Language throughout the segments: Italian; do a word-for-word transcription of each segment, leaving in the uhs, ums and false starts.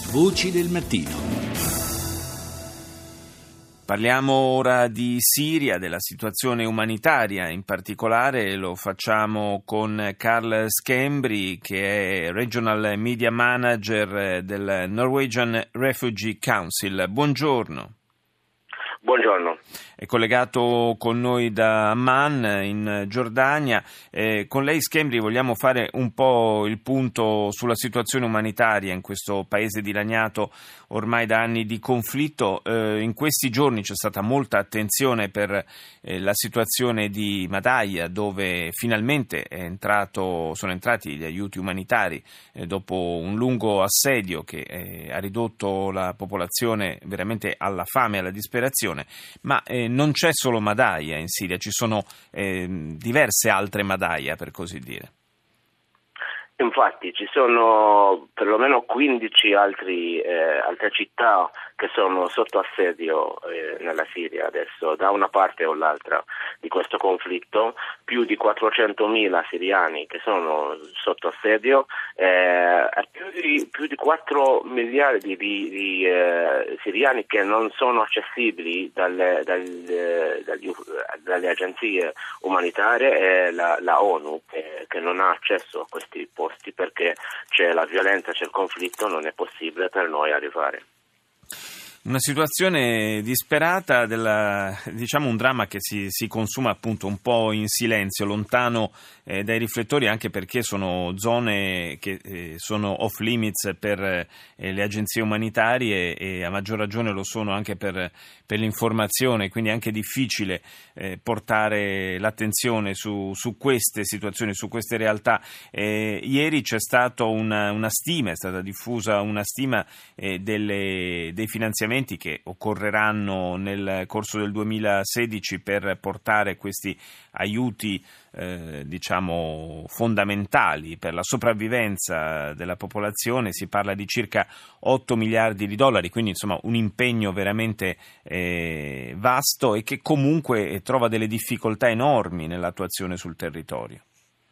Voci del mattino. Parliamo ora di Siria, della situazione umanitaria, in particolare lo facciamo con Carl Schembri, che è Regional Media Manager del Norwegian Refugee Council. Buongiorno. Buongiorno. È collegato con noi da Amman, in Giordania. Eh, con lei, Schembri, vogliamo fare un po' il punto sulla situazione umanitaria in questo paese dilaniato ormai da anni di conflitto. Eh, in questi giorni c'è stata molta attenzione per eh, la situazione di Madaya, dove finalmente è entrato, sono entrati gli aiuti umanitari eh, dopo un lungo assedio che eh, ha ridotto la popolazione veramente alla fame e alla disperazione. Ma eh, non c'è solo Madaya in Siria, ci sono eh, diverse altre Madaya, per così dire. Infatti ci sono perlomeno quindici altri, eh, altre città che sono sotto assedio eh, nella Siria adesso, da una parte o l'altra di questo conflitto, più di quattrocentomila siriani che sono sotto assedio, eh, più, di, più di quattro miliardi di, di eh, siriani che non sono accessibili dalle, dalle, dagli, dalle agenzie umanitarie e la, la ONU eh, che non ha accesso a questi posti perché c'è la violenza, c'è il conflitto, non è possibile per noi arrivare. Una situazione disperata, della, diciamo un dramma che si, si consuma appunto un po' in silenzio, lontano eh, dai riflettori, anche perché sono zone che eh, sono off limits per eh, le agenzie umanitarie e a maggior ragione lo sono anche per, per l'informazione, quindi è anche difficile eh, portare l'attenzione su, su queste situazioni, su queste realtà. Eh, ieri c'è stata una, una stima, è stata diffusa una stima eh, delle, dei finanziamenti che occorreranno nel corso del duemilasedici per portare questi aiuti eh, diciamo fondamentali per la sopravvivenza della popolazione. Si parla di circa otto miliardi di dollari, quindi insomma un impegno veramente eh, vasto e che comunque eh, trova delle difficoltà enormi nell'attuazione sul territorio.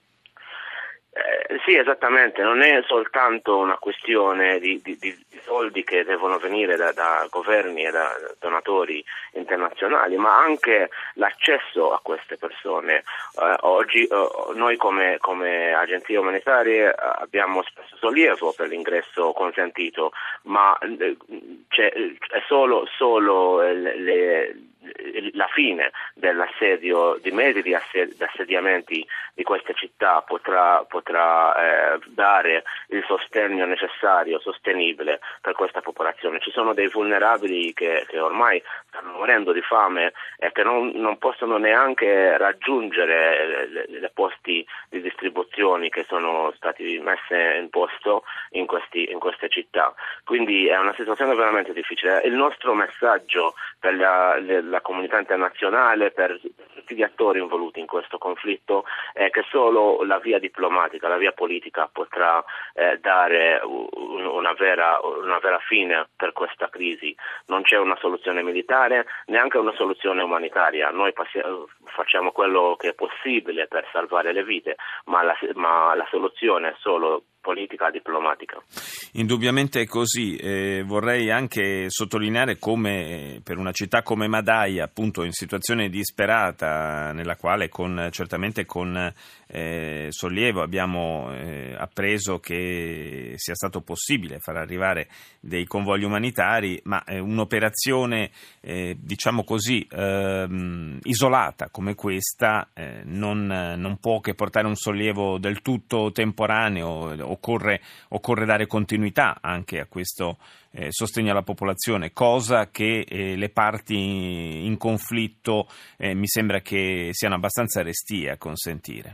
Sì, esattamente, non è soltanto una questione di, di, di soldi che devono venire da, da governi e da donatori internazionali, ma anche l'accesso a queste persone. Eh, oggi eh, noi come, come agenzie umanitarie abbiamo spesso sollievo per l'ingresso consentito, ma eh, c'è, è solo, solo le, le la fine dell'assedio, di mesi di assediamenti di queste città potrà, potrà eh, dare il sostegno necessario, sostenibile per questa popolazione. Ci sono dei vulnerabili che, che ormai stanno morendo di fame e che non, non possono neanche raggiungere le, le posti di distribuzione che sono stati messe in posto in, questi, in queste città. Quindi è una situazione veramente difficile. Il nostro messaggio per la, la comunità internazionale, per tutti gli attori involuti in questo conflitto, è che solo la via diplomatica, la via politica potrà eh, dare un, una, vera, una vera fine per questa crisi. Non c'è una soluzione militare, neanche una soluzione umanitaria. Noi passi- facciamo quello che è possibile per salvare le vite, ma la, ma la soluzione è solo politica diplomatica. Indubbiamente è così. Eh, vorrei anche sottolineare come per una città come Madaya, appunto in situazione disperata, nella quale con, certamente con eh, sollievo abbiamo eh, appreso che sia stato possibile far arrivare dei convogli umanitari, ma eh, un'operazione eh, diciamo così ehm, isolata come questa eh, non, non può che portare un sollievo del tutto temporaneo. Occorre, occorre dare continuità anche a questo eh, sostegno alla popolazione, cosa che eh, le parti in conflitto eh, mi sembra che siano abbastanza restie a consentire.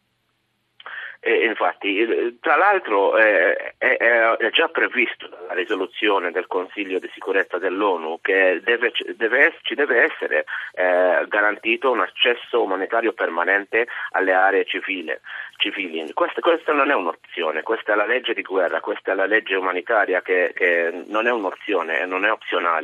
E infatti, tra l'altro è, è, è già previsto dalla risoluzione del Consiglio di sicurezza dell'ONU che deve, deve, ci deve essere eh, garantito un accesso umanitario permanente alle aree civili. civili. Questa, questa non è un'opzione, questa è la legge di guerra, questa è la legge umanitaria che, che non è un'opzione, non è opzionale.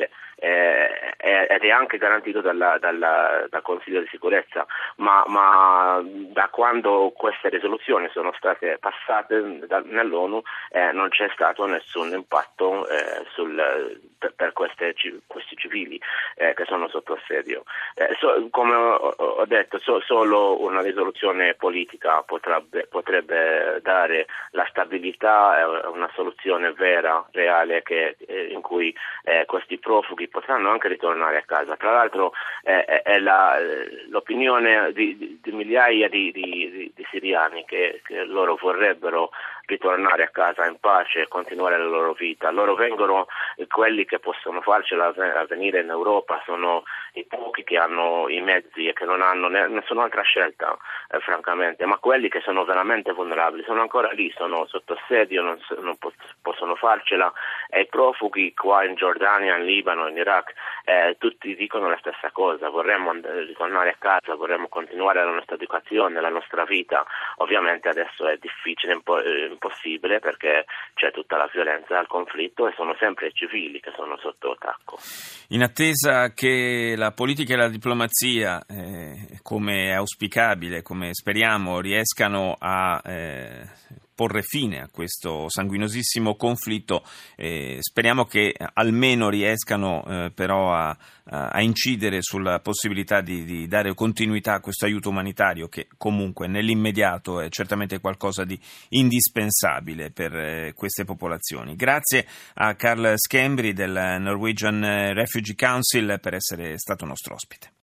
eh, ed è anche garantito dalla, dalla, dal Consiglio di sicurezza, ma, ma da quando queste risoluzioni sono state passate da, nell'ONU eh, non c'è stato nessun impatto eh, sul, per, per queste, questi civili eh, che sono sotto assedio. Eh, so, come ho, ho detto, so, solo una risoluzione politica potrebbe, potrebbe dare la stabilità e una soluzione vera, reale, che, eh, in cui eh, questi profughi potranno anche ritornare a casa. Tra l'altro eh, è la, l'opinione di, di, di migliaia di, di, di siriani che, che loro vorrebbero ritornare a casa in pace e continuare la loro vita. Loro vengono, quelli che possono farcela a venire in Europa sono i pochi che hanno i mezzi e che non hanno nessun'altra scelta, eh, francamente, ma quelli che sono veramente vulnerabili sono ancora lì, sono sotto assedio, non, non possono farcela, e i profughi qua in Giordania, in Libano, in Iraq, eh, tutti dicono la stessa cosa: vorremmo ritornare a casa, vorremmo continuare la nostra educazione, la nostra vita. Ovviamente adesso è difficile, impo- impossibile, perché c'è tutta la violenza al conflitto e sono sempre i civili che sono sotto attacco. In attesa che la politica e la diplomazia, eh, come è auspicabile, come speriamo, riescano a eh, porre fine a questo sanguinosissimo conflitto, eh, speriamo che almeno riescano eh, però a, a incidere sulla possibilità di, di dare continuità a questo aiuto umanitario, che comunque nell'immediato è certamente qualcosa di indispensabile per eh, queste popolazioni. Grazie a Carl Schembri del Norwegian Refugee Council per essere stato nostro ospite.